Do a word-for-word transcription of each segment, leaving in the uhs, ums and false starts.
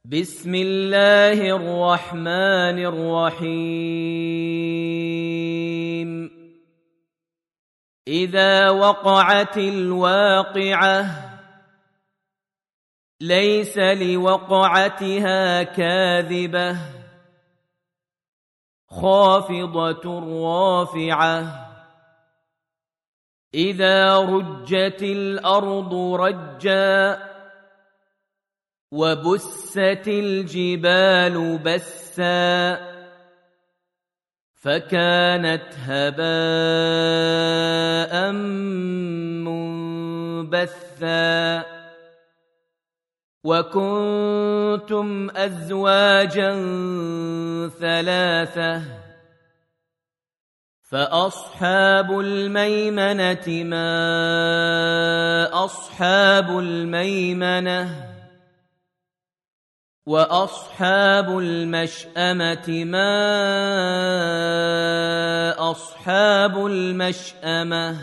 بسم الله الرحمن الرحيم إذا وقعت الواقعة ليس لوقعتها كاذبة خافضة رافعة إذا رجت الأرض رجا وبست الجبال بسا فكانت هباء منبثا وكنتم أزواجا ثلاثة فأصحاب الميمنة ما أصحاب الميمنة وأصحاب المشأمة ما أصحاب المشأمة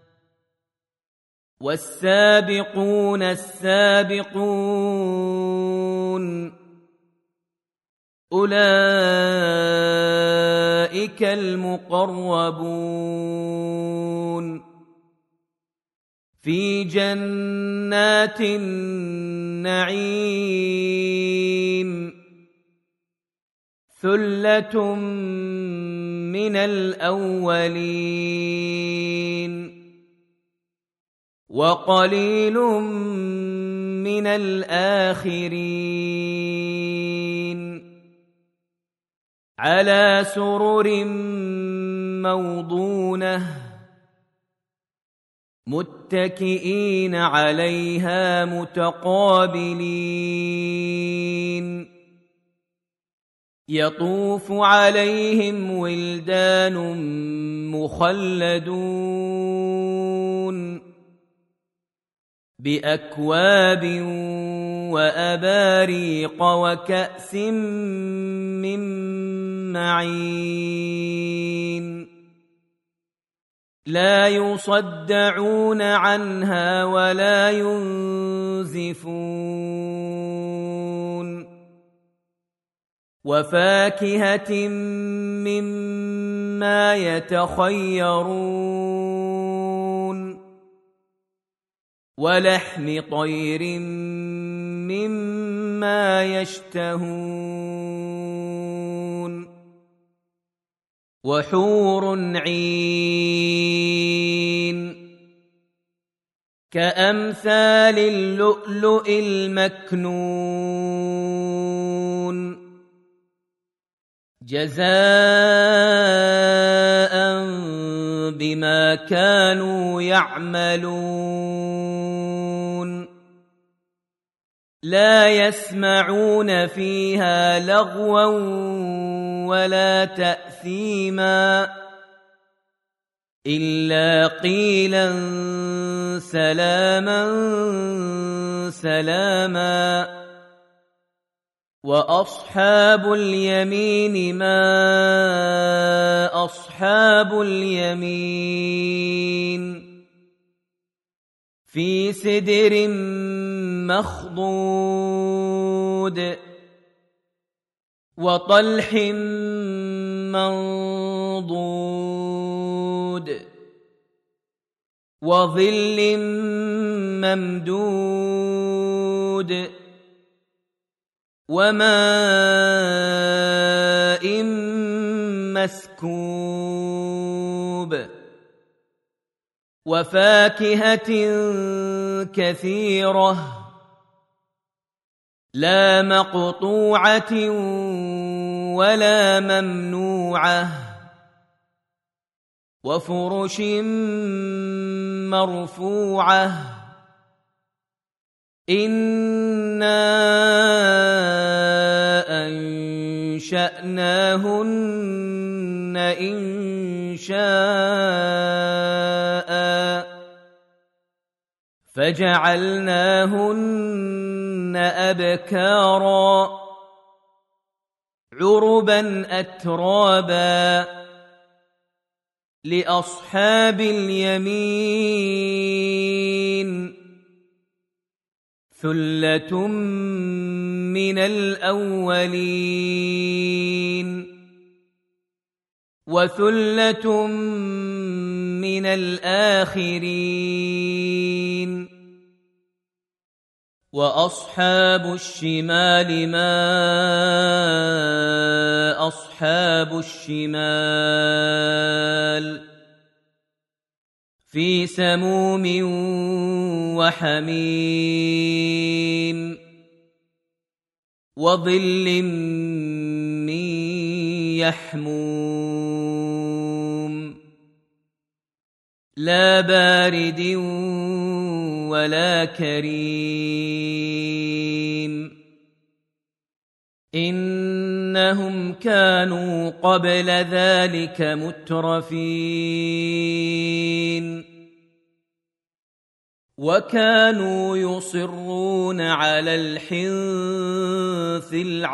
والسابقون السابقون أولئك المقربون في جنات النعيم ثلة من الأولين وقليل من الآخرين على سرر موضونة متكئين عليها متقابلين يطوف عليهم ولدان مخلدون بأكواب وأباريق وكأس من معين لا يصدعون عنها ولا ينزفون وفاكهة مما يتخيرون ولحم طير مما يشتهون وحور عين كأمثال اللؤلؤ المكنون جزاء بما كانوا يعملون لا يسمعون فيها لغوا ولا تأثيما إلا قيلا سلاما سلاما وأصحاب اليمين ما أصحاب اليمين في سدر مخضود وطلح منضود وظل ممدود وماء مسكوب وفاكهة كثيرة لا مقطوعة ولا ممنوعة وفرش مرفوعة إنا أنشأناهن إنشاء فجعلناهن أبكارا عربا أترابا لأصحاب اليمين ثُلَّةٌ مِّنَ الْأَوَّلِينَ وَثُلَّةٌ مِّنَ الْآخِرِينَ وَأَصْحَابُ الشِّمَالِ مَا أَصْحَابُ الشِّمَالِ فِي سَمُومٍ وَحَمِيمٍ وَظِلٍّ مِّن يَحْمُومٍ لَّا بَارِدٍ وَلَا كَرِيمٍ إِنَّهُمْ كَانُوا قَبْلَ ذَلِكَ مُتْرَفِينَ وَكَانُوا يُصِرُّونَ عَلَى الْحِنثِ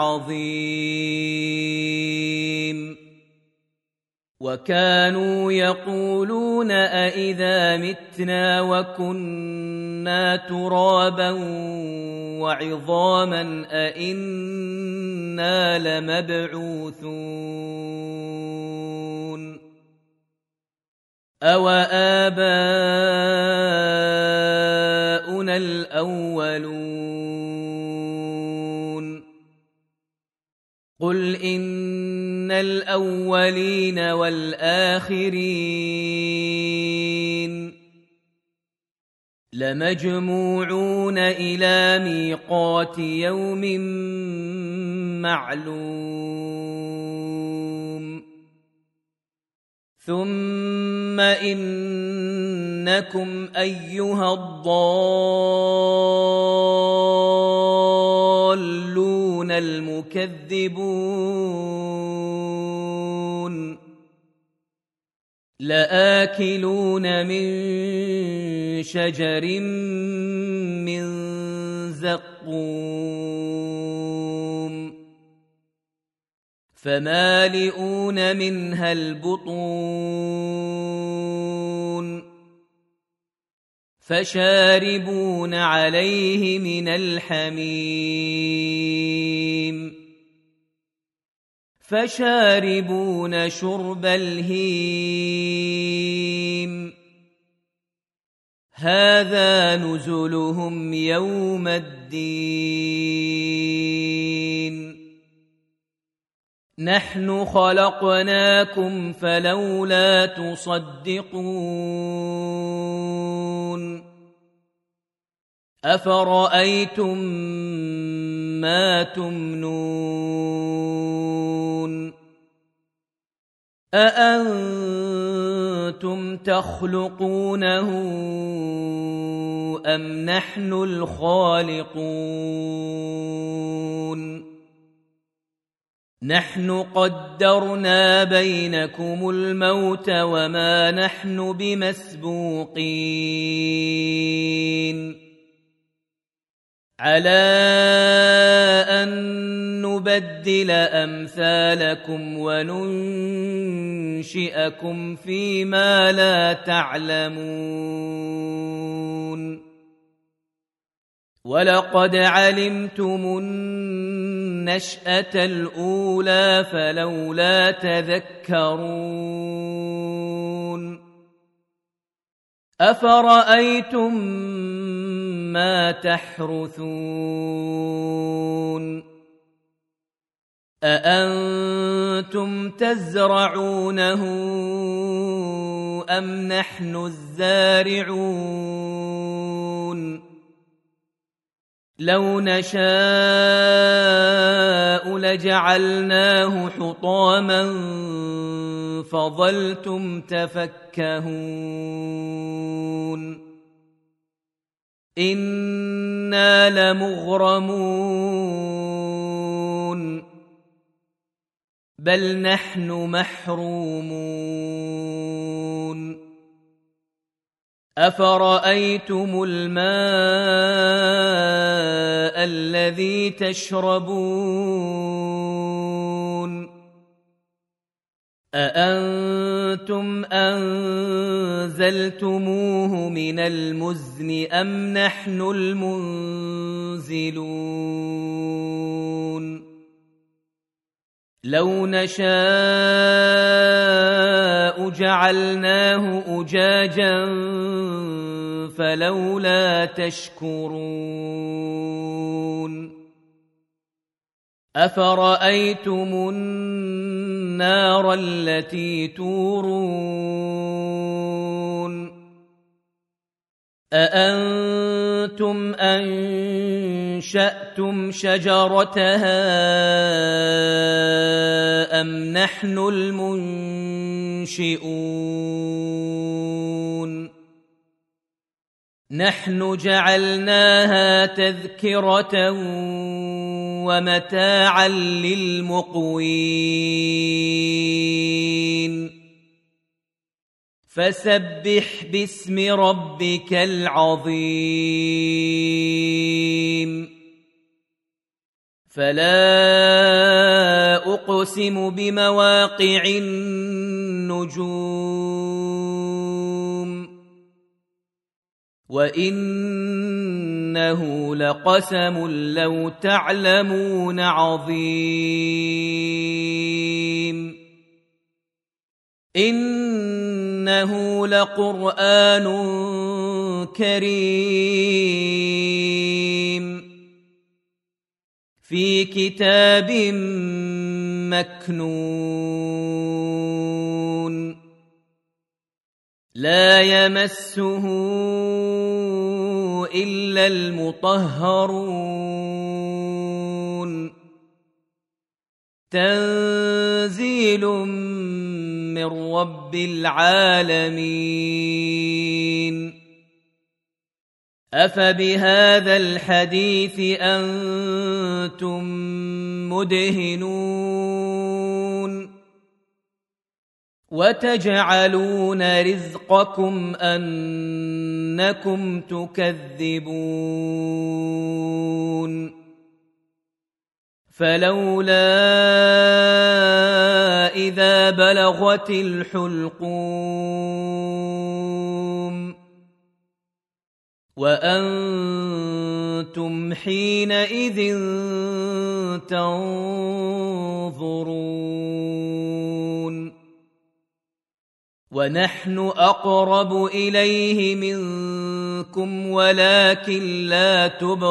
الْعَظِيمِ وَكَانُوا يَقُولُونَ أَإِذَا مِتْنَا وَكُنَّا تُرَابًا وَعِظَامًا أَإِنَّا لَمَبْعُوثُونَ أَوَآبَاؤُنَا الْأَوَّلُونَ قُلْ إِنَّ الْأَوَّلِينَ وَالْآخِرِينَ لَمَجْمُوعُونَ إِلَى مِيقَاتِ يَوْمٍ مَّعْلُومٍ ثُمَّ إِنَّكُمْ أَيُّهَا الضَّالُّونَ الْمُكَذِّبُونَ لَآكِلُونَ مِن شَجَرٍ مِّن زَقُّومٍ فَمَالِئُونَ مِنْهَا الْبُطُونَ فَشَارِبُونَ عَلَيْهِ مِنَ الْحَمِيمِ فَشَارِبُونَ شُرْبَ الْهِيمِ هَذَا نُزُلُهُمْ يَوْمَ الدِّينِ نَحْنُ خَلَقْنَاكُمْ فَلَوْلَا تُصَدِّقُونَ أَفَرَأَيْتُم مَّا تُمْنُونَ أَأَنتُمْ تَخْلُقُونَهُ أَمْ نَحْنُ الْخَالِقُونَ نَحْنُ قَدَّرْنَا بَيْنَكُمُ الْمَوْتَ وَمَا نَحْنُ بِمَسْبُوقِينَ عَلَىٰ أَن نُّبَدِّلَ أَمْثَالَكُمْ وَنُنشِئَكُمْ فِيمَا لَا تَعْلَمُونَ وَلَقَدْ عَلِمْتُمُ النَّشْأَةَ الْأُولَىٰ فَلَوْلَا تَذَكَّرُونَ أَفَرَأَيْتُم مَّا تَحْرُثُونَ أَأَنتُمْ تَزْرَعُونَهُ أَمْ نَحْنُ الزَّارِعُونَ لَوْ نَشَاءُ لَجَعَلْنَاهُ حُطَامًا فَظَلْتُمْ تَفَكَّهُونَ إِنَّا لَمُغْرَمُونَ بَلْ نَحْنُ مَحْرُومُونَ أَفَرَأَيْتُمُ الْمَاءَ الَّذِي تَشْرَبُونَ أأنتم أنزلتموه من المزن أم نحن المنزلون لو نشاء جعلناه أجاجا فلولا تشكرون أفرأيتم النار التي تورون أأنتم أنشأتم شجرتها أم نحن المنشئون نحن جعلناها تذكرة ومتاعا للمقوين فسبح باسم ربك العظيم فلا أقسم بمواقع النجوم وإنه لقسم لو تعلمون عظيم إنه لقرآن كريم في كتاب مكنون لا يمسه إلا المطهرون تنزيل من رب العالمين أفبهذا الحديث أنتم مدهنون وتجعلون رزقكم أنكم تكذبون فلولا إذا بلغت الحلقوم وأنتم حينئذ تنظرون ونحن أقرب إليه منكم ولكن لا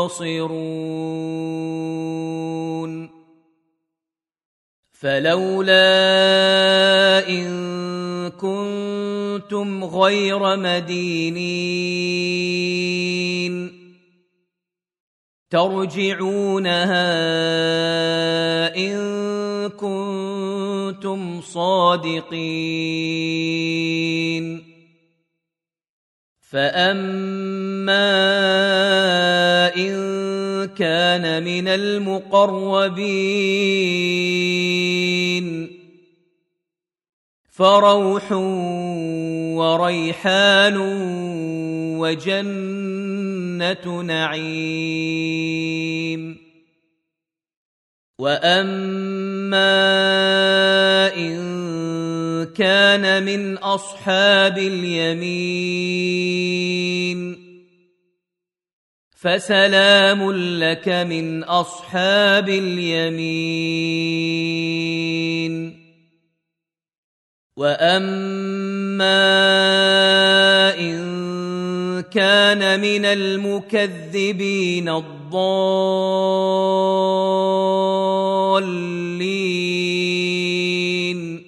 تبصرون فلولا إن كنتم غير مدينين ترجعونها إن كنتم صادقين فأما إن كان من المقربين فروح وريحان وجنة نعيم وأما إن كان من أصحاب اليمين فسلام لك من أصحاب اليمين وأما إن كان من المكذبين الضالين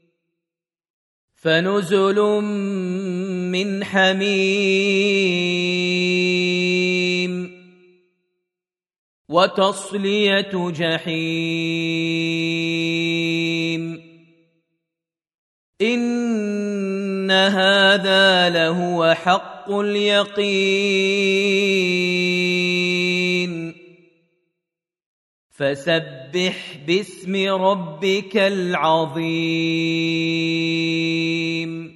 فنزل من حميم وتصلية جحيم إن هذا لهو حق اليقين فسبح باسم ربك العظيم